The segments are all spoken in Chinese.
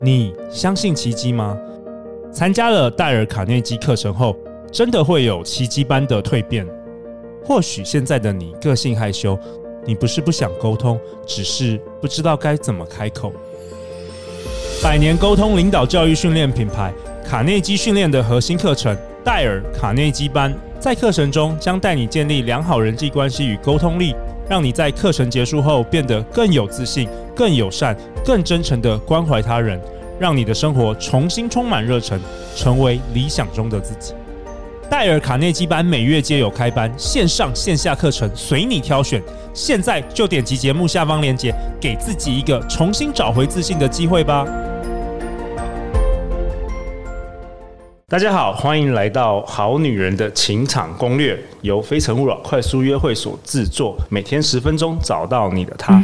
你相信奇迹吗？参加了戴尔·卡内基课程后，真的会有奇迹般的蜕变。或许现在的你个性害羞，你不是不想沟通，只是不知道该怎么开口。100年沟通领导教育训练品牌卡内基训练的核心课程戴尔·卡内基班，在课程中将带你建立良好人际关系与沟通力，让你在课程结束后变得更有自信、更友善、更真诚地关怀他人，让你的生活重新充满热忱，成为理想中的自己。戴尔卡内基班每月皆有开班，线上线下课程随你挑选。现在就点击节目下方链接，给自己一个重新找回自信的机会吧。大家好，欢迎来到《好女人的情场攻略》，由非诚勿扰快速约会所制作，每天10分钟，找到你的他。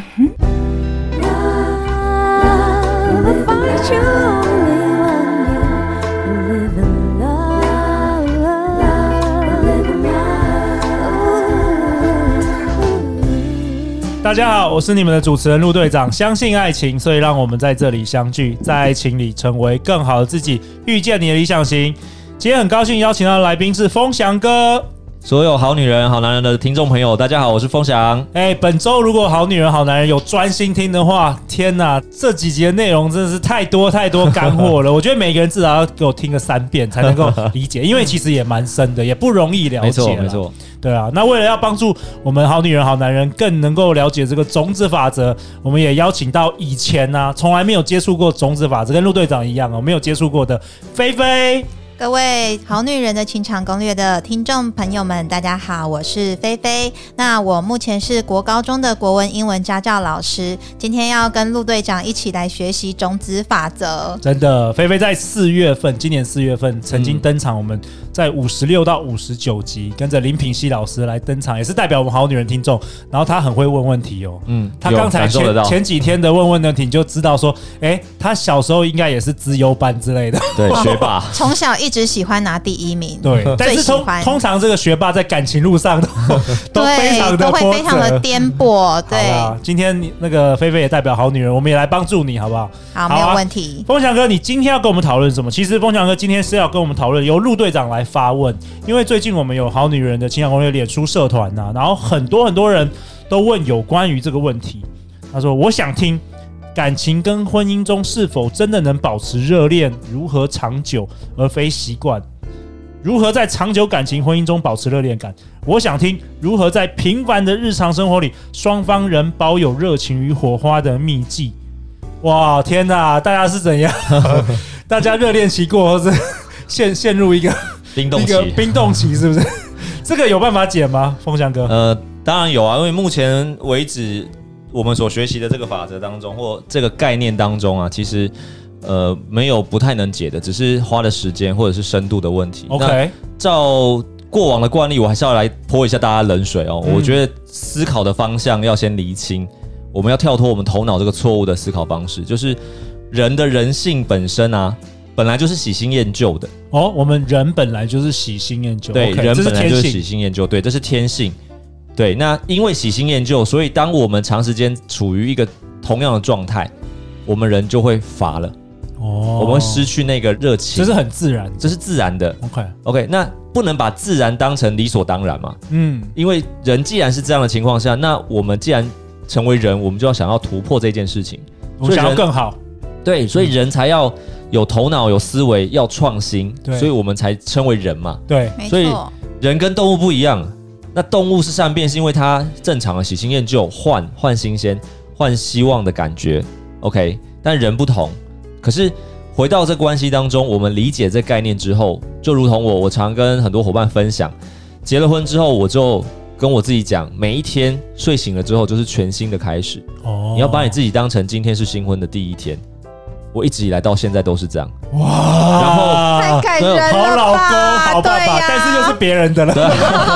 大家好，我是你们的主持人陆队长。相信爱情，所以让我们在这里相聚，在爱情里成为更好的自己，遇见你的理想型。今天很高兴邀请到的来宾是风翔哥。 所有好女人、好男人的听众朋友，大家好，我是风翔。 本周如果好女人、好男人有专心听的话，天哪，这几集的内容真的是太多干货了。我觉得每个人至少要给我听个3遍才能够理解，因为其实也蛮深的，也不容易了解。 没错。 对啊，那为了要帮助我们好女人、好男人更能够了解这个种子法则，我们也邀请到以前从来没有接触过种子法则，跟陆队长一样没有接触过的菲菲。 各位好女人的情场攻略的听众朋友们，大家好，我是菲菲。那我目前是国高中的国文、英文家教老师，今天要跟陆队长一起来学习种子法则。真的， 菲菲在今年4月份曾经登场，我们在56到59集，跟着林品熙老师来登场，也是代表我们好女人听众。然后他很会问问题哦，他刚才前几天的问题，你就知道说，他小时候应该也是资优班之类的， 对，学霸， 从小一直喜欢拿第1名， 对，但是通常这个学霸在感情路上都非常的都会非常的颠簸。对， 今天那个菲菲也代表好女人，我们也来帮助你，好不好？ 好，没有问题。 风翔哥，你今天要跟我们讨论什么？其实风翔哥今天是要跟我们讨论由陆队长来发问，因为最近我们有好女人的情感攻略脸书社团然后很多人都问有关于这个问题。他说：“我想听。感情跟婚姻中是否真的能保持热恋？如何长久而非习惯？如何在长久感情婚姻中保持热恋感？我想听如何在平凡的日常生活里，双方仍保有热情与火花的秘技。”哇，天哪！大家是怎样？大家热恋期过后是陷入一个冰冻期，是不是？这个有办法解吗，风翔哥？ 当然有啊，因为目前为止。我们所学习的这个法则当中，或这个概念当中啊，其实没有不太能解的，只是花的时间或者是深度的问题。 OK， 照过往的惯例，我还是要来泼一下大家冷水哦。我觉得思考的方向要先厘清，我们要跳脱我们头脑这个错误的思考方式，就是人的人性本身啊，本来就是喜新厌旧的。 我们人本来就是喜新厌旧， 对， okay， 人本来就是喜新厌旧，对，这是天性。对，那因为喜新厌旧，所以当我们长时间处于一个同样的状态，我们人就会乏了。我们会失去那个热情， 这是很自然， 这是自然的。OK， 那不能把自然当成理所当然嘛？因为人既然是这样的情况下，那我们既然成为人，我们就要想要突破这件事情， 我想要更好。 对，所以人才要有头脑、有思维，要创新，所以我们才称为人嘛。 对， 所以人跟动物不一样。那动物是善变，是因为它正常的喜新厌旧，换新鲜、换希望的感觉 ，OK。但人不同，可是回到这关系当中，我们理解这概念之后，就如同我常跟很多伙伴分享，结了婚之后，我就跟我自己讲，每一天睡醒了之后就是全新的开始。你要把你自己当成今天是新婚的第一天。我一直以来到现在都是这样。 哇， 然后太感人了吧， 好老公好爸爸，但是又是别人的了。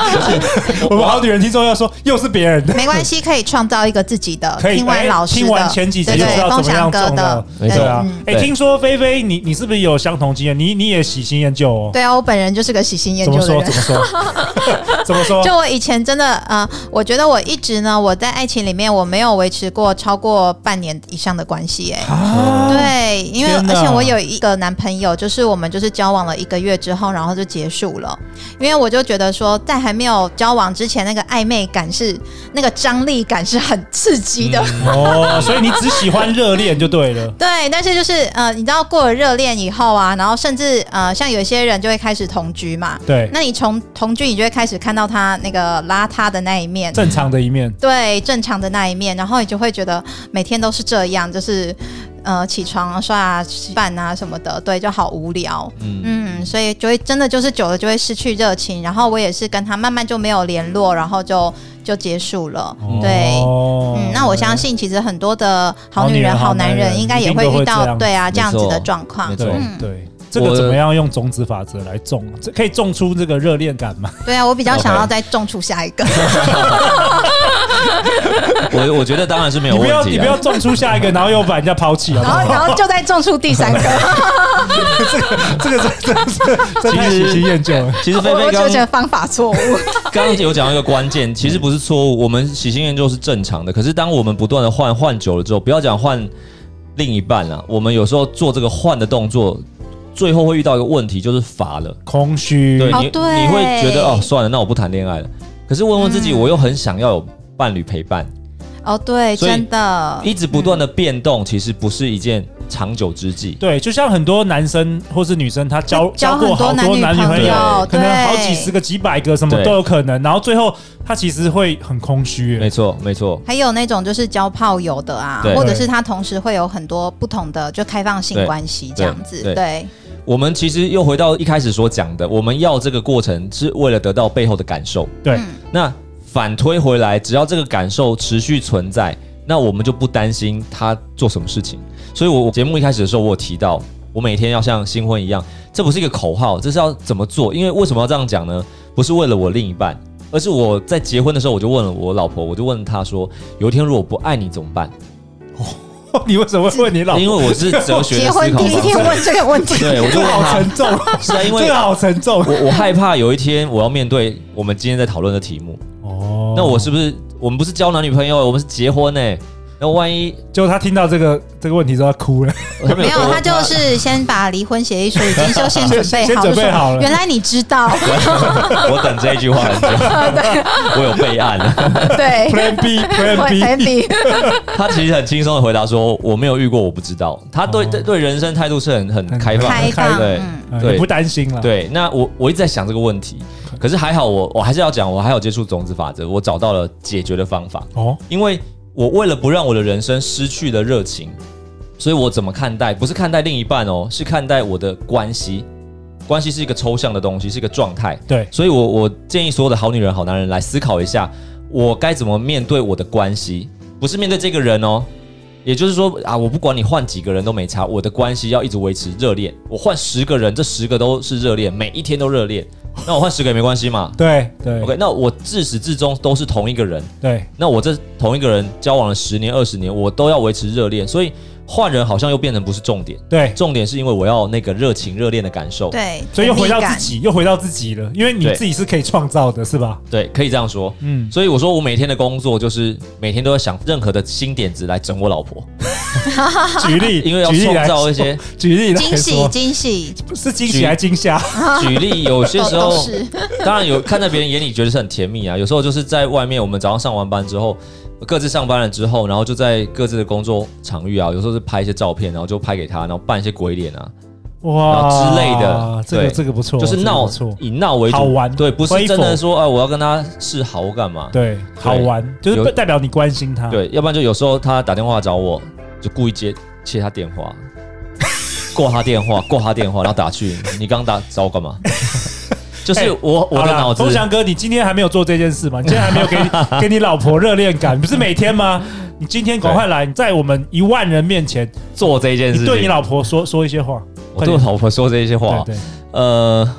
我们好女人听众要说又是别人的， 没关系，可以创造一个自己的。 可以听完老师的， 听完前几集就知道怎么样种了。 没错对啊，听说菲菲你是不是有相同经验？你也喜新厌旧哦？ 对啊，我本人就是个喜新厌旧的人。 怎么说？ 就我以前真的我觉得我一直呢，我在爱情里面我没有维持过超过半年以上的关系对，因为而且我有一个男朋友，就是我们就是交往了1个月之后，然后就结束了。因为我就觉得说，在还没有交往之前，那个暧昧感是那个张力感是很刺激的。 所以你只喜欢热恋就对了。 对，但是就是你知道过了热恋以后啊，然后甚至像有些人就会开始同居嘛。 对， 那你从同居，你就会开始看到他那个邋遢的那一面， 正常的一面。 对，正常的那一面，然后你就会觉得每天都是这样，就是起床刷牙吃饭啊什么的，对，就好无聊。所以就会真的就是久了就会失去热情，然后我也是跟他慢慢就没有联络，然后就结束了。对，那我相信其实很多的好女人、好男人应该也会遇到对啊这样子的状况。 对。这个怎么样用种子法则来种？可以种出这个热恋感吗？ 对啊，我比较想要再种出下一个。 我觉得当然是没有问题。 你不要种出下一个，然后又把人家抛弃了， 然后就再种出第3个。 这个真太喜新厌旧了。 其实菲菲刚刚方法错误。 刚刚有讲到一个关键，其实不是错误，我们喜新厌旧是正常的。可是当我们不断的换久了之后，不要讲换另一半啊，我们有时候做这个换的动作。最后会遇到一个问题，就是乏了， 空虚。 对，你会觉得算了，那我不谈恋爱了。可是问问自己，我又很想要有伴侣陪伴。 对，真的， 一直不断的变动，其实不是一件长久之计。 对，就像很多男生或是女生，他交过好多男女朋友，可能好几十个、几百个，什么都有可能。然后最后他其实会很空虚。 没错，没错。 还有那种就是交炮友的啊，或者是他同时会有很多不同的就开放性关系这样子。对。 我们其实又回到一开始所讲的，我们要这个过程是为了得到背后的感受。 对， 那反推回来，只要这个感受持续存在，那我们就不担心他做什么事情。所以我节目一开始的时候，我有提到，我每天要像新婚一样，这不是一个口号，这是要怎么做？因为为什么要这样讲呢？不是为了我另一半，而是我在结婚的时候，我就问了我老婆，我就问她说，有一天如果不爱你怎么办？ 你为什么会问你老婆？ 因为我是哲学的思考。 结婚第一天问这个问题， 对，我就好沉重。 是啊，因为这个好沉重。 我害怕有一天我要面对我们今天在讨论的题目。那我是不是我们不是交男女朋友，我们是结婚呢？那万一就他听到这个问题之后，他哭了。 没有，他就是先把离婚协议书已经就先准备好， 先准备好了。 原来你知道， 我等这一句话很久，我有备案了。 对 ，Plan B。 他其实很轻松的回答说：“我没有遇过，我不知道。”他对人生态度是很开放，对， 不担心了。 对，那我一直在想这个问题，可是还好我还是要讲，我还有接触种子法则，我找到了解决的方法。因为我为了不让我的人生失去了热情，所以我怎么看待？不是看待另一半是看待我的关系。关系是一个抽象的东西，是一个状态。 对， 所以我建议所有的好女人、好男人来思考一下，我该怎么面对我的关系，不是面对这个人也就是说我不管你换几个人都没差，我的关系要一直维持热恋。我换10个人，这10个都是热恋，每一天都热恋。那我换10个也没关系嘛？ 对 ，OK。那我自始至终都是同一个人。 对， 那我这同一个人交往了10年、20年，我都要维持热恋，所以换人好像又变成不是重点。 对， 重点是因为我要那个热情、热恋的感受。 对， 所以又回到自己了，因为你自己是可以创造的，是吧？ 对，可以这样说。所以我说我每天的工作就是每天都要想任何的新点子来整我老婆。 举例， 因为要创造一些举例来说，惊喜是惊喜还是惊吓？ 举例，有些时候当然有看在别人眼里觉得是很甜蜜啊，有时候就是在外面，我们早上上完班之后，各自上班了之后，然后就在各自的工作场域啊，有时候是拍一些照片，然后就拍给他，然后扮一些鬼脸啊，哇之类的， 这个不错， 就是以闹为主， 好玩， 对，不是真的说我要跟他示好或干嘛， 对，好玩，就是代表你关心他， 对，要不然就有时候他打电话找我，就故意切他电话，挂他电话，然后打去，你刚打找我干嘛？就是我的脑子。 钟翔哥，你今天还没有做这件事吗？你今天还没有给你老婆热恋感，不是每天吗？你今天赶快来，你在我们1万人面前做这件事情， 你对你老婆说一些话。 我对我老婆说这些话， 对，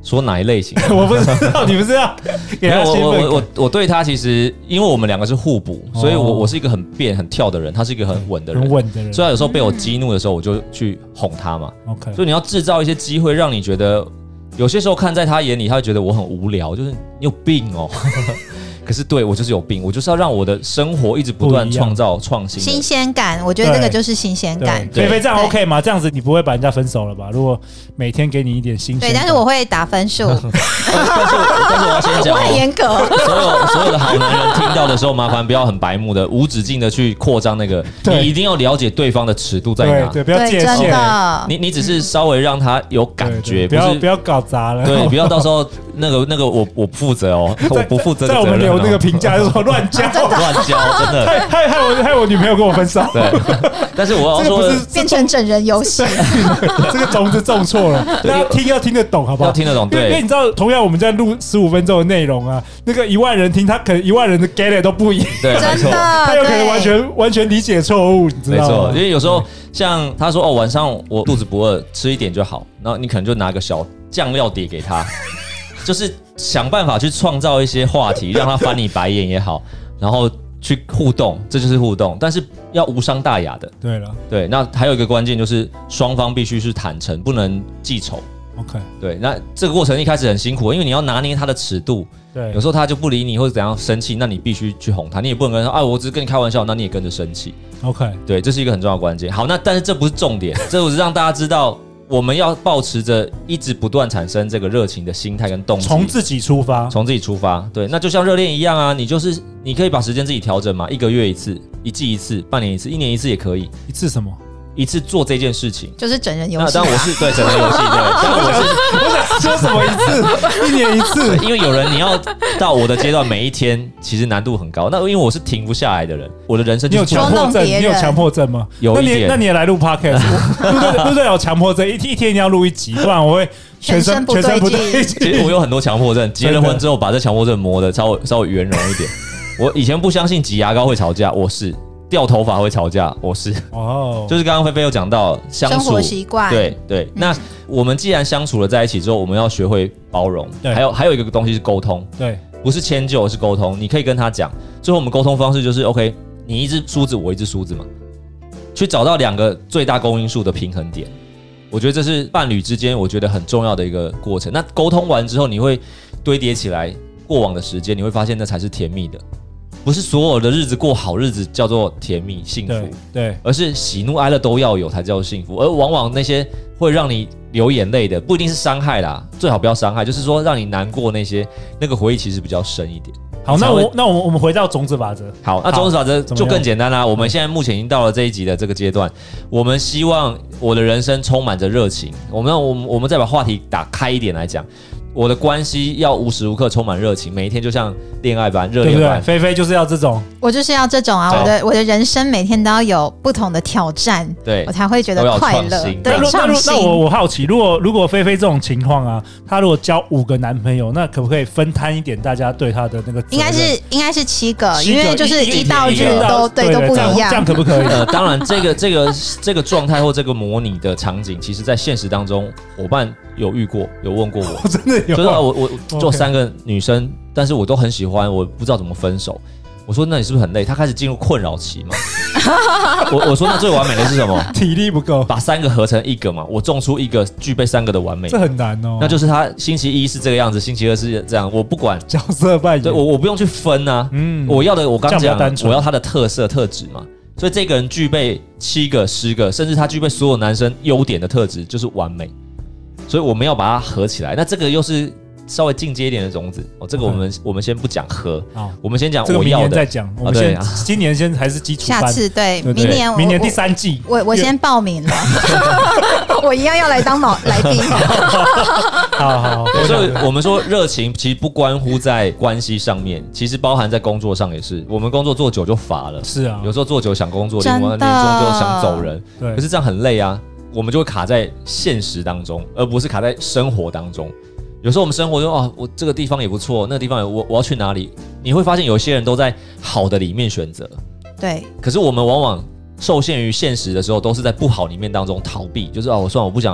说哪一类型我不知道，你不是要给他兴奋感？ 我对他其实，因为我们两个是互补，所以我是一个很变很跳的人，他是一个很稳的人， 很稳的人。 所以他有时候被我激怒的时候，我就去哄他嘛。 OK， 所以你要制造一些机会，让你觉得有些时候看在他眼里，他会觉得我很无聊，就是你有病哦。可是对我就是有病，我就是要让我的生活一直不断创造创新新鲜感，我觉得那个就是新鲜感。 菲菲这样 OK 吗？这样子你不会把人家分手了吧？如果每天给你一点新鲜感， 对，但是我会打分数。 但是我要先讲， 我很严格。 所有的好男人听到的时候，麻烦不要很白目的无止境的去扩张那个，你一定要了解对方的尺度在哪， 对，不要界限。 真的， 你只是稍微让他有感觉， 不要搞砸了。 对，不要到时候那个我不负责哦，我不负责。 在我们留那个评价就说乱交， 乱交，真的害我女朋友跟我分手。 对，但是我要说变成整人游戏， 这个种子种错了。大家要听得懂，好不好？ 要听得懂，对。 因为你知道，同样我们在录15分钟的内容啊，那个1万人听，他可能1万人的 get 都不一样。 对，没错， 他有可能完全理解错误，你知道吗？ 没错，因为有时候像他说晚上我肚子不饿，吃一点就好，然后你可能就拿个小酱料碟给他，就是想办法去创造一些话题，让他翻你白眼也好，然后去互动，这就是互动，但是要无伤大雅的。 对了， 对，那还有一个关键就是双方必须是坦诚，不能记仇。 OK， 对，那这个过程一开始很辛苦，因为你要拿捏他的尺度。 对， 有时候他就不理你或者怎样生气，那你必须去哄他，你也不能跟他说我只是跟你开玩笑，那你也跟着生气。 OK， 对，这是一个很重要的关键。好，那但是这不是重点，这我是让大家知道。我们要保持着一直不断产生这个热情的心态跟动机， 从自己出发， 对，那就像热恋一样啊，你可以把时间自己调整嘛，1个月一次，1季一次，半年一次，1年一次也可以。 一次什么？ 一次做这件事情， 就是整人游戏。 那当然我是对整人游戏，对。但我想说什么一次，1年一次？ 因为有人你要到我的阶段，每一天其实难度很高。那因为我是停不下来的人，我的人生就是你有强迫症吗？ 有一点。 那你也来录 podcast？陆队有强迫症，一天一定要录1集，不然我会全身不对劲。 其实我有很多强迫症，结了婚之后把这强迫症磨得稍微圆融一点。我以前不相信挤牙膏会吵架，我是。掉头发会吵架，我是就是刚刚菲菲有讲到相处生活习惯， 对。那我们既然相处了在一起之后，我们要学会包容。还有一个东西是沟通， 对， 不是迁就是沟通。你可以跟他讲，最后我们沟通方式就是 OK， 你一只梳子，我一只梳子嘛，去找到2个最大公因数的平衡点。我觉得这是伴侣之间我觉得很重要的一个过程。那沟通完之后，你会堆叠起来过往的时间，你会发现那才是甜蜜的。不是所有的日子过好日子叫做甜蜜幸福， 对， 而是喜怒哀乐都要有才叫做幸福。而往往那些会让你流眼泪的，不一定是伤害啦，最好不要伤害，就是说让你难过那些，那个回忆其实比较深一点。 好，那我们回到种子法则。 好，那种子法则就更简单啦。我们现在目前已经到了这一集的这个阶段，我们希望我的人生充满着热情。我们再把话题打开一点来讲。我的关系要无时无刻充满热情，每一天就像恋爱般热恋般。 菲菲就是要这种， 我就是要这种啊！我的人生每天都要有不同的挑战， 对我才会觉得快乐。对，创新。 那我好奇，如果菲菲这种情况啊，她如果交5个男朋友，那可不可以分摊一点大家对她的那个责任？ 应该是7个，因为就是1到日都不一样。 这样可不可以？ 当然，这个状态或这个模拟的场景，其实在现实当中，伙伴有遇过，有问过我， 真的有。 就是我做3个女生，但是我都很喜欢，我不知道怎么分手。我说那你是不是很累？他开始进入困扰期嘛。我说那最完美的是什么？ 体力不够， 把3个合成1个嘛。我种出一个具备3个的完美， 这很难哦。 那就是他星期1是这个样子，星期2是这样，我不管角色扮演， 对我不用去分啊。我要的我刚讲，我要他的特质嘛。所以这个人具备7个、10个，甚至他具备所有男生优点的特质，就是完美。所以我们要把它合起来，那这个又是稍微进阶一点的种子哦。这个我们先不讲合，我们先讲我要的， 再讲。我们先今年先还是基础班， 下次对，明年第3季， 我先报名了，我一样要来当来宾。 好， 所以我们说热情其实不关乎在关系上面，其实包含在工作上也是。我们工作做久就乏了， 是啊， 有时候做久想工作，另外年终就想走人，可是这样很累啊。我们就会卡在现实当中，而不是卡在生活当中。有时候我们生活中我这个地方也不错，那个地方我要去哪里？你会发现有些人都在好的里面选择， 对。 可是我们往往受限于现实的时候，都是在不好里面当中逃避，就是我算了，我不想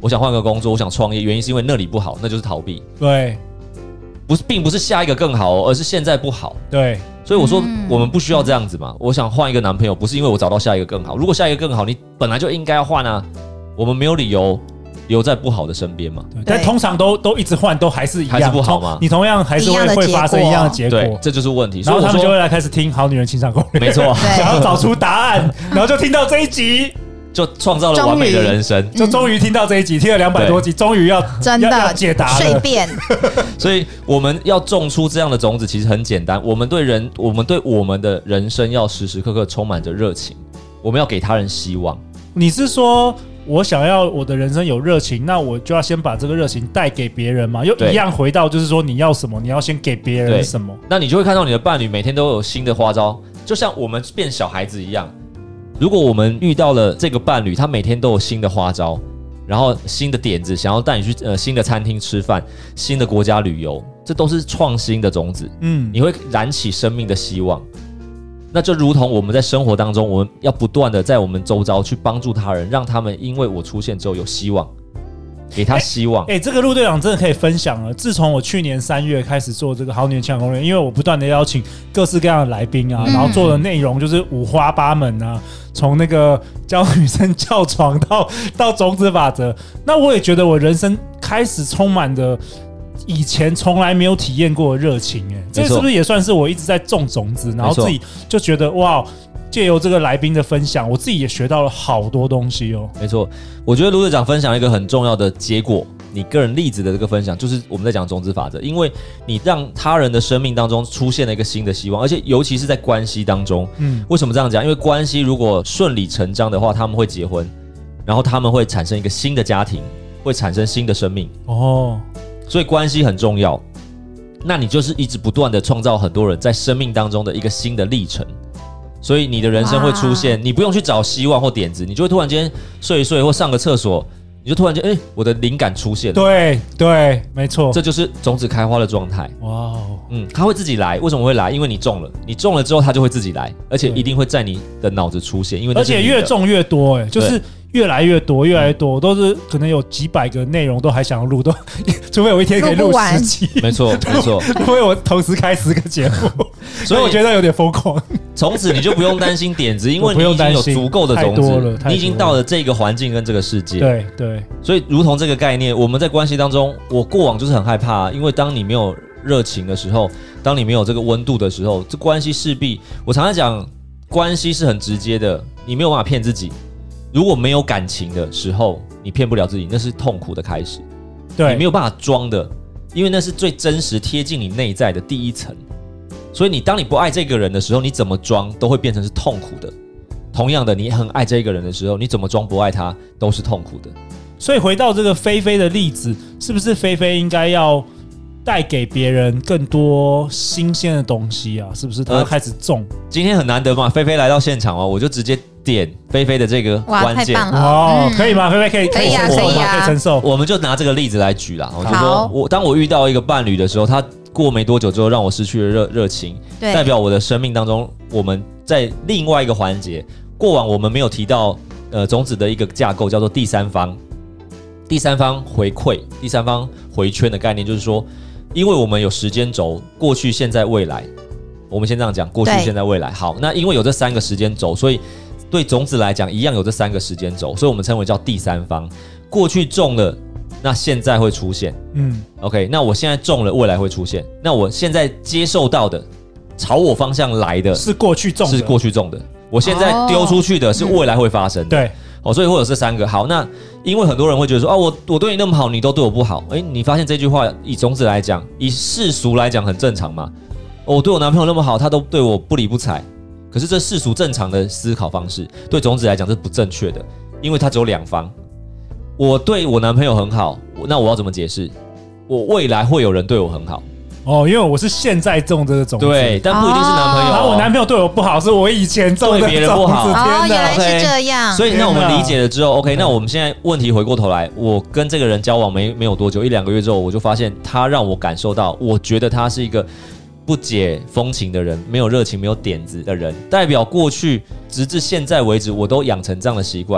我想换个工作，我想创业，原因是因为那里不好，那就是逃避。 对， 并不是下一个更好而是现在不好。 对， 所以我说我们不需要这样子嘛。我想换一个男朋友，不是因为我找到下一个更好，如果下一个更好，你本来就应该要换啊。我们没有理由留在不好的身边嘛。 但通常都一直换，都还是一样， 还是不好吗？ 你同样还是会发生一样的结果， 对，这就是问题。 然后他们就会来开始听《好女人情场攻略》， 没错， 想要找出答案，然后就听到这一集。 就创造了完美的人生， 就终于听到这一集，听了200多集，终于要真的要解答了， 蜕变。 所以我们要种出这样的种子，其实很简单。我们对我们的人生要时时刻刻充满着热情，我们要给他人希望。 你是说我想要我的人生有热情，那我就要先把这个热情带给别人嘛？又一样回到就是说你要什么，你要先给别人什么。 那你就会看到你的伴侣每天都有新的花招，就像我们变小孩子一样。如果我们遇到了这个伴侣，他每天都有新的花招，然后新的点子，想要带你去新的餐厅吃饭，新的国家旅游，这都是创新的种子。你会燃起生命的希望。那就如同我们在生活当中，我们要不断的在我们周遭去帮助他人，让他们因为我出现之后有希望，给他希望。 这个陆队长真的可以分享了。自从我去年3月开始做这个好女人情场攻略，因为我不断的邀请各式各样的来宾啊，然后做的内容就是五花八门啊，从那个教女生叫床到种子法则。那我也觉得我人生开始充满的以前从来没有体验过的热情。这是不是也算是我一直在种种子，然后自己就觉得哇，借由这个来宾的分享，我自己也学到了好多东西哦。 没错，我觉得卢队长分享一个很重要的结果，你个人例子的这个分享，就是我们在讲种子法则，因为你让他人的生命当中出现了一个新的希望，而且尤其是在关系当中。为什么这样讲？因为关系如果顺理成章的话，他们会结婚，然后他们会产生一个新的家庭，会产生新的生命。所以关系很重要。那你就是一直不断的创造很多人在生命当中的一个新的历程。所以你的人生会出现，你不用去找希望或点子，你就会突然间睡一睡或上个厕所，你就突然间我的灵感出现了。 对，没错， 这就是种子开花的状态。哇，它会自己来。为什么会来？因为你种了，你种了之后它就会自己来，而且一定会在你的脑子出现，因为而且越种越多，就是越来越多，都是可能有几百个内容都还想要录，都除非有一天可以录10集。 没错， 除非我同时开10个节目，所以我觉得有点疯狂。 从此你就不用担心点子，因为你已经有足够的种子，你已经到了这个环境跟这个世界。 对， 所以如同这个概念，我们在关系当中，我过往就是很害怕，因为当你没有热情的时候，当你没有这个温度的时候，这关系势必，我常常讲，关系是很直接的，你没有办法骗自己。如果没有感情的时候，你骗不了自己，那是痛苦的开始。你没有办法装的，因为那是最真实贴近你内在的第一层。所以当你不爱这个人的时候，你怎么装都会变成是痛苦的。同样的，你很爱这个人的时候，你怎么装不爱他都是痛苦的。 所以回到这个菲菲的例子，是不是菲菲应该要带给别人更多新鲜的东西啊？是不是他要开始种？ 今天很难得嘛，菲菲来到现场我就直接点菲菲的这个关键。 哇，太棒了！ 可以吗？菲菲可以啊，可以承受。 我们就拿这个例子来举啦。我就说当我遇到一个伴侣的时候，他过没多久之后让我失去了热情，代表我的生命当中，我们在另外一个环节，过往我们没有提到种子的一个架构，叫做第三方回馈、第三方回圈的概念，就是说，因为我们有时间轴，过去、现在、未来，我们先这样讲，过去、现在、未来。好，那因为有这3个时间轴，所以对种子来讲，一样有这3个时间轴，所以我们称为叫第三方。过去种了，那现在会出现。OK， 那我现在种了，未来会出现。那我现在接受到的，朝我方向来的， 是过去种的。 我现在丢出去的是未来会发生的。 对。 所以会有这3个。好，那因为很多人会觉得说，我对你那么好，你都对我不好。你发现这句话以种子来讲，以世俗来讲很正常嘛。我对我男朋友那么好，他都对我不理不睬。可是这世俗正常的思考方式，对种子来讲这是不正确的，因为它只有2方。我对我男朋友很好，那我要怎么解释？我未来会有人对我很好。 因为我是现在种这个种子， 对，但不一定是男朋友。 然后我男朋友对我不好，是我以前种的对别人不好。 原来是这样。 所以那我们理解了之后 ，OK， 那我们现在问题回过头来，我跟这个人交往没有多久，1-2个月之后，我就发现他让我感受到，我觉得他是一个不解风情的人，没有热情、没有点子的人，代表过去直至现在为止，我都养成这样的习惯。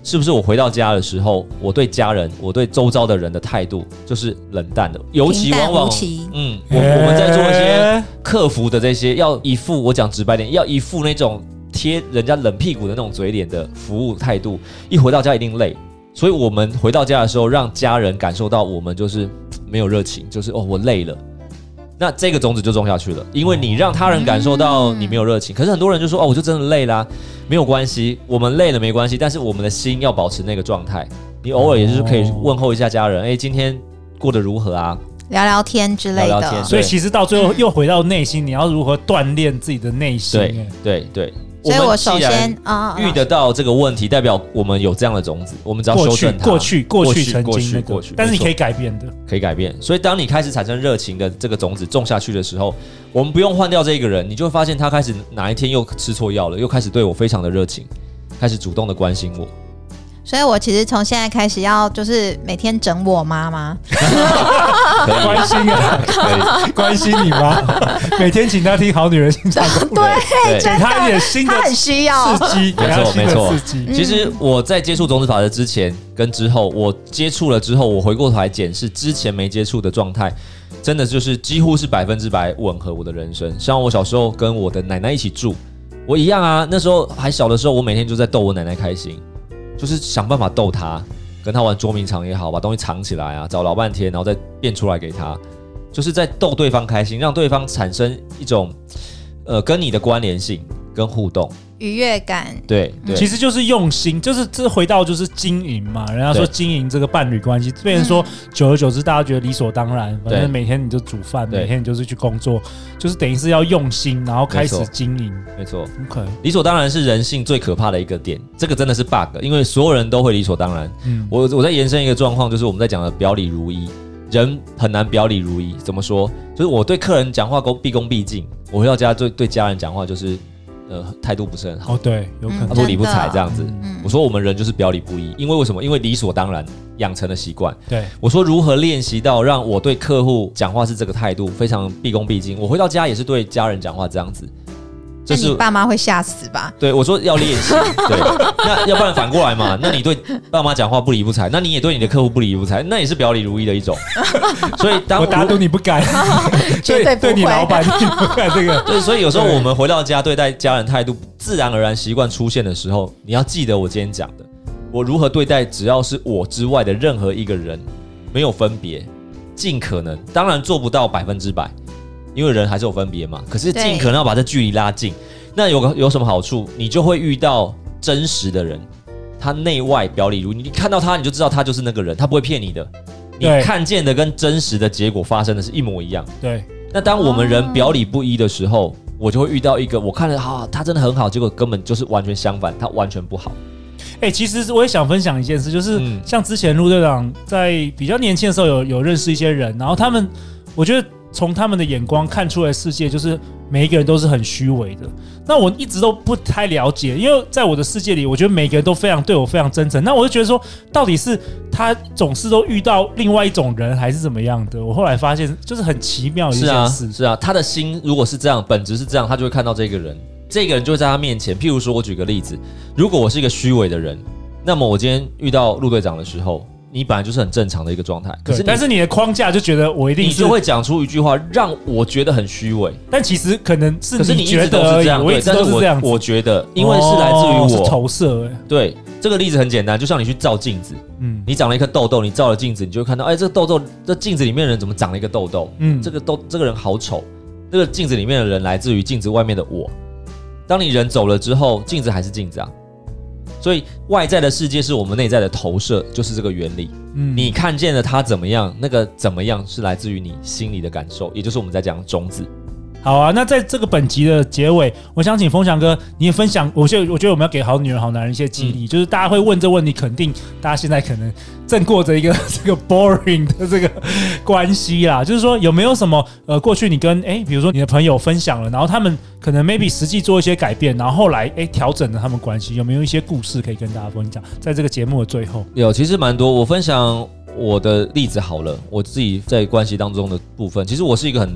是不是我回到家的时候，我对家人、我对周遭的人的态度就是冷淡的，尤其往往我们在做一些客服的这些，要一副我讲直白点，要一副那种贴人家冷屁股的那种嘴脸的服务态度，一回到家一定累。所以我们回到家的时候，让家人感受到我们就是没有热情，就是我累了。那这个种子就种下去了，因为你让他人感受到你没有热情。可是很多人就说我就真的累啦，没有关系，我们累了没关系，但是我们的心要保持那个状态。你偶尔也就是可以问候一下家人，今天过得如何啊？ 聊聊天之类的。 聊聊天， 所以其实到最后又回到内心，你要如何锻炼自己的内心？ 对。 所以我首先遇得到这个问题，代表我们有这样的种子，我们只要修正它。 过去曾经过去，但是你可以改变的， 可以改变。所以当你开始产生热情的这个种子种下去的时候，我们不用换掉这个人，你就会发现他开始哪一天又吃错药了，又开始对我非常的热情，开始主动的关心我。 所以我其实从现在开始要就是每天整我妈妈， 关心啊，关心你妈，每天请她听好女人情场攻略， 对， 给她一点新的， 她很需要刺激， 没错。 其实我在接触种子法则之前跟之后，我接触了之后，我回过头来检视之前没接触的状态，真的就是几乎是100%吻合我的人生。像我小时候跟我的奶奶一起住，我一样啊，那时候还小的时候，我每天就在逗我奶奶开心。就是想办法逗他，跟他玩捉迷藏也好，把东西藏起来啊，找老半天，然后再变出来给他，就是在逗对方开心，让对方产生一种跟你的关联性跟互动。 愉悦感， 对， 其实就是用心，就是这回到就是经营嘛。人家说经营这个伴侣关系，变成说久而久之，大家觉得理所当然，反正每天你就煮饭，每天你就是去工作，就是等于是要用心，然后开始经营。 没错 ，OK， 理所当然是人性最可怕的一个点，这个真的是 bug， 因为所有人都会理所当然。我在延伸一个状况，就是我们在讲的表里如一，人很难表里如一。怎么说？就是我对客人讲话毕恭毕敬，我回到家对家人讲话就是。态度不是很好对，有可能不理不睬这样子。我说我们人就是表里不一，因为为什么？因为理所当然养成的习惯。 对， 我说如何练习到让我对客户讲话是这个态度，非常毕恭毕敬。我回到家也是对家人讲话这样子。 那你爸妈会吓死吧？ 对，我说要练习。对，那要不然反过来嘛？那你对爸妈讲话不理不睬，那你也对你的客户不理不睬，那也是表里如一的一种。所以我打赌你不敢， 绝对不会。 对你老板你不敢这个。 对，所以有时候我们回到家对待家人态度自然而然习惯出现的时候，你要记得我今天讲的，我如何对待只要是我之外的任何一个人，没有分别，尽可能，当然做不到100%。因为人还是有分别嘛，可是尽可能要把这距离拉近。那有什么好处？你就会遇到真实的人，他内外表里如一，你看到他你就知道他就是那个人，他不会骗你的。你看见的跟真实的结果发生的是一模一样。 对。 那当我们人表里不一的时候，我就会遇到一个我看了他真的很好，结果根本就是完全相反，他完全不好。 其实我也想分享一件事，就是像之前陆队长在比较年轻的时候有认识一些人，然后他们，我觉得。从他们的眼光看出来，世界就是每一个人都是很虚伪的。那我一直都不太了解，因为在我的世界里，我觉得每个人都对我非常真诚。那我就觉得说，到底是他总是都遇到另外一种人，还是怎么样的？我后来发现，就是很奇妙的一件事。 是啊，他的心如果是这样，本质是这样，他就会看到这个人，这个人就会在他面前。譬如说，我举个例子，如果我是一个虚伪的人，那么我今天遇到陆队长的时候。你本来就是很正常的一个状态， 但是你的框架就觉得我一定是， 你就会讲出一句话让我觉得很虚伪， 但其实可能是你觉得而已， 我一直都是这样子。 我觉得，因为是来自于我是投射。 对，这个例子很简单，就像你去照镜子，你长了一颗痘痘，你照了镜子，你就会看到，这个痘痘，这镜子里面的人怎么长了一个痘痘？这个人好丑。这个镜子里面的人来自于镜子外面的我。当你人走了之后，镜子还是镜子啊。所以外在的世界是我们内在的投射，就是这个原理。你看见了他怎么样，那个怎么样是来自于你心里的感受，也就是我们在讲种子。 好啊，那在这个本集的结尾，我想请风翔哥你也分享。我觉得我们要给好女人、好男人一些激励，就是大家会问这问题，肯定大家现在可能正过着一个这个 boring 的这个关系啦。就是说有没有什么过去你跟比如说你的朋友分享了，然后他们可能 maybe 实际做一些改变，然后后来调整了他们关系，有没有一些故事可以跟大家分享？在这个节目的最后， 有，其实蛮多。我分享我的例子好了，我自己在关系当中的部分，其实我是一个很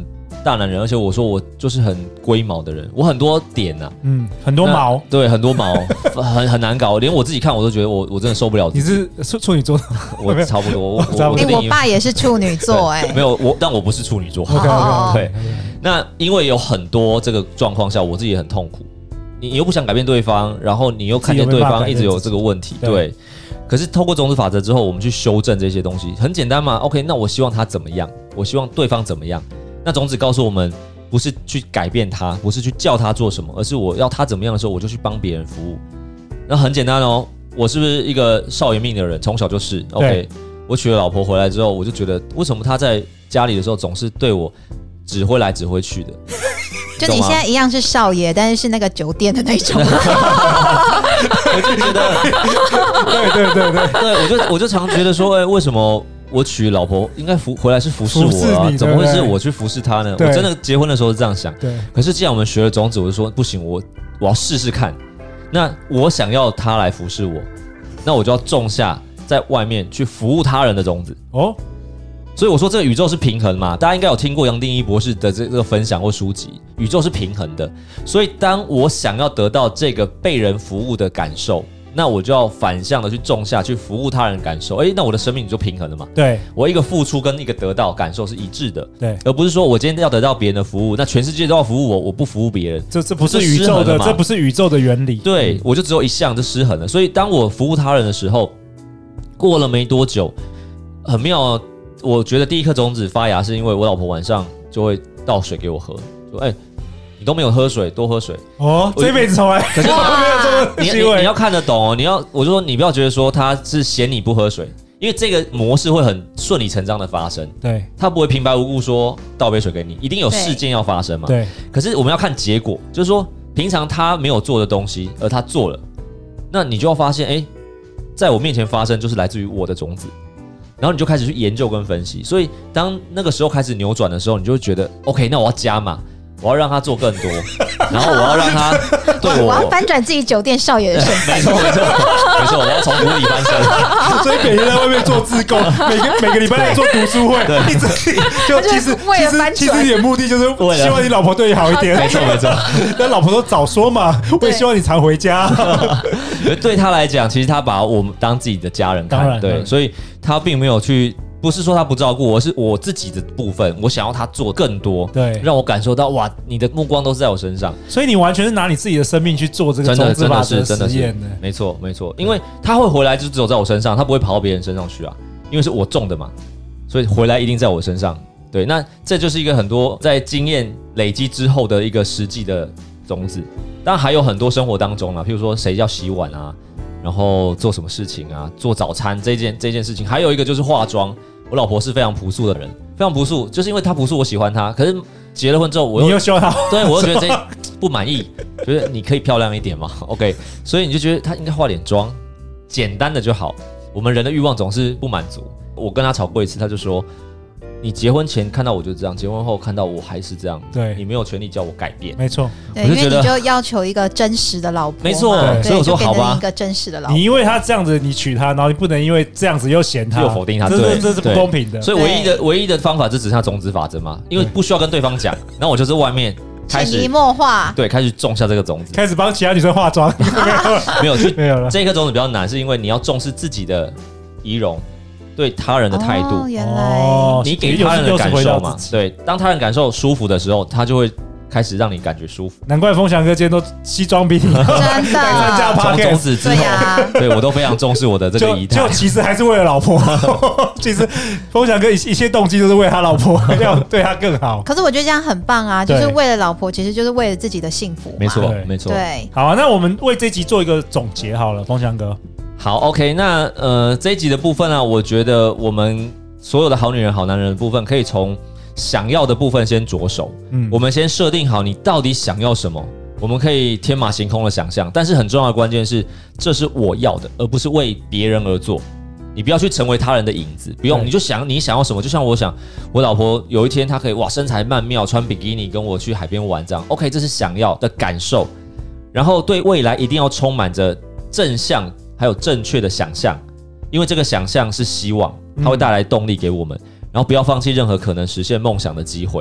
大男人，而且我说我就是很龟毛的人，我很多点啊， 很多毛， 对，很多毛，很难搞，连我自己看我都觉得我真的受不了。 你是处女座的？ 我差不多， 我爸也是处女座， 没有但我不是处女座。对，那因为有很多这个状况下，我自己也很痛苦。你又不想改变对方，然后你又看见对方一直有这个问题，对。可是透过种子法则之后，我们去修正这些东西，很简单嘛。OK， 那我希望他怎么样？我希望对方怎么样？那种子告诉我们，不是去改变他，不是去叫他做什么，而是我要他怎么样的时候，我就去帮别人服务。那很简单哦，我是不是一个少爷命的人？从小就是 OK。我娶了老婆回来之后，我就觉得为什么他在家里的时候总是对我指挥来指挥去的？ 就你现在一样是少爷，但是是那个酒店的那种。 我就觉得，对，我就常觉得说，为什么我娶老婆应该回来是服侍我啊？怎么会是我去服侍她呢？我真的结婚的时候是这样想。对。可是既然我们学了种子，我就说不行，我要试试看。那我想要他来服侍我，那我就要种下在外面去服务他人的种子。哦。所以我说这个宇宙是平衡嘛，大家应该有听过杨定一博士的这个分享或书籍，宇宙是平衡的。所以当我想要得到这个被人服务的感受，那我就要反向的去种下去服务他人感受，那我的生命就平衡了嘛。 对， 我一个付出跟一个得到感受是一致的， 对， 而不是说我今天要得到别人的服务，那全世界都要服务我，我不服务别人， 这不是宇宙的，这不是宇宙的原理。 对，我就只有一项，就失衡了。所以当我服务他人的时候，过了没多久，很妙哦。我觉得第一颗种子发芽是因为我老婆晚上就会倒水给我喝，说你都没有喝水，多喝水。哦， 这辈子从来可是你要看得懂哦，我就说你不要觉得说他是嫌你不喝水，因为这个模式会很顺理成章的发生。 对， 他不会平白无故说倒杯水给你，一定有事件要发生嘛。 对。 可是我们要看结果，就是说平常他没有做的东西，而他做了，那你就要发现，在我面前发生就是来自于我的种子。然后你就开始去研究跟分析，所以当那个时候开始扭转的时候，你就会觉得 OK， 那我要加码，我要让他做更多，然后我要让他对我要翻转自己酒店少爷的身份。 没错，我要从谷底翻身。 所以每天在外面做志工，每个礼拜做读书会，对，就其实你的目的就是希望你老婆对你好一点。 没错。 但老婆都早说嘛，我也希望你常回家。 对他来讲，其实他把我们当自己的家人看，对，所以他并没有去。不是说他不照顾我，是我自己的部分，我想要他做更多， 对， 让我感受到哇，你的目光都是在我身上， 所以你完全是拿你自己的生命去做这个种子法则实验的， 没错，因为他会回来就只有在我身上，他不会跑到别人身上去啊，因为是我种的嘛，所以回来一定在我身上，对，那这就是一个很多在经验累积之后的一个实际的种子，当然还有很多生活当中啊，譬如说谁要洗碗啊。然后做什么事情啊？做早餐这件事情，还有一个就是化妆。我老婆是非常朴素的人，非常朴素，就是因为她朴素，我喜欢她。可是结了婚之后， 你又希望她， 对我又觉得这不满意，觉得你可以漂亮一点嘛 ？OK， 所以你就觉得她应该化点妆，简单的就好。我们人的欲望总是不满足。我跟她吵过一次，她就说：“你结婚前看到我就这样，结婚后看到我还是这样， 对你没有权利叫我改变。” 没错， 对，因为你就要求一个真实的老婆， 没错，所以我说好吧， 一个真实的老婆。 你因为他这样子，你娶她，然后你不能因为这样子又嫌她， 又否定她， 这是不公平的。 所以唯一的方法就只剩下种子法则嘛，因为不需要跟对方讲，然后我就是外面开始潜移默化， 对，开始种下这个种子， 开始帮其他女生化妆， 没有了。 这颗种子比较难，是因为你要重视自己的仪容。对他人的态度， 原来你给他人的感受嘛？对，当他人感受舒服的时候，他就会开始让你感觉舒服。 难怪风翔哥今天都西装笔挺， 真的。 从种子之后，对我都非常重视我的这个仪态。 就其实还是为了老婆。其实风翔哥一切动机都是为他老婆，要对他更好。 可是我觉得这样很棒啊，就是为了老婆，其实就是为了自己的幸福嘛。 没错，没错。 对， 好啊，那我们为这集做一个总结好了，风翔哥。 好 ，OK， 那这一集的部分呢，我觉得我们所有的好女人、好男人的部分，可以从想要的部分先着手。我们先设定好你到底想要什么，我们可以天马行空的想象，但是很重要的关键是，这是我要的，而不是为别人而做。你不要去成为他人的影子，不用，你就想你想要什么。就像我想，我老婆有一天她可以哇身材曼妙，穿比基尼跟我去海边玩这样 ，OK， 这是想要的感受。然后对未来一定要充满着正向。还有正确的想象，因为这个想象是希望，它会带来动力给我们。然后不要放弃任何可能实现梦想的机会。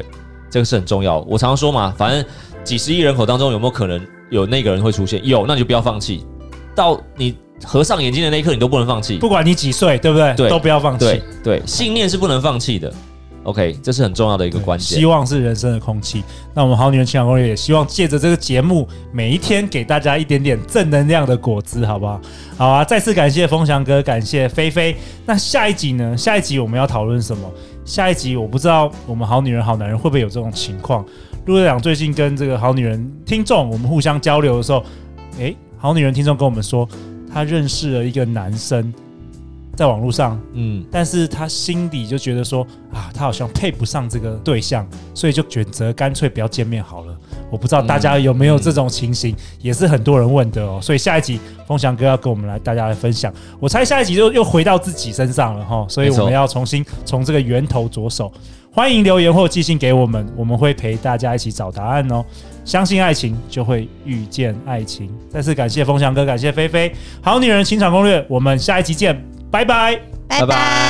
这个是很重要。我常常说嘛，反正几十亿人口当中有没有可能有那个人会出现？有，那你就不要放弃。到你合上眼睛的那一刻，你都不能放弃。 不管你几岁，对不对？ 对， 都不要放弃。 对，信念是不能放弃的。OK， 这是很重要的一个关键。 希望是人生的空气。那我们好女人情感攻略也希望借着这个节目，每一天给大家一点点正能量的果汁，好不好？好啊！再次感谢风翔哥，感谢菲菲。那下一集呢？下一集我们要讨论什么？下一集我不知道我们好女人好男人会不会有这种情况。陆队长最近跟这个好女人听众我们互相交流的时候，好女人听众跟我们说，他认识了一个男生。在网络上，但是他心里就觉得说啊，他好像配不上这个对象，所以就选择干脆不要见面好了。我不知道大家有没有这种情形，也是很多人问的哦。所以下一集风翔哥要跟我们大家来分享。我猜下一集又回到自己身上了哈，所以我们要重新从这个源头着手。欢迎留言或寄信给我们，我们会陪大家一起找答案哦。相信爱情，就会遇见爱情。再次感谢风翔哥，感谢菲菲，好女人情场攻略，我们下一集见。拜拜， 拜拜。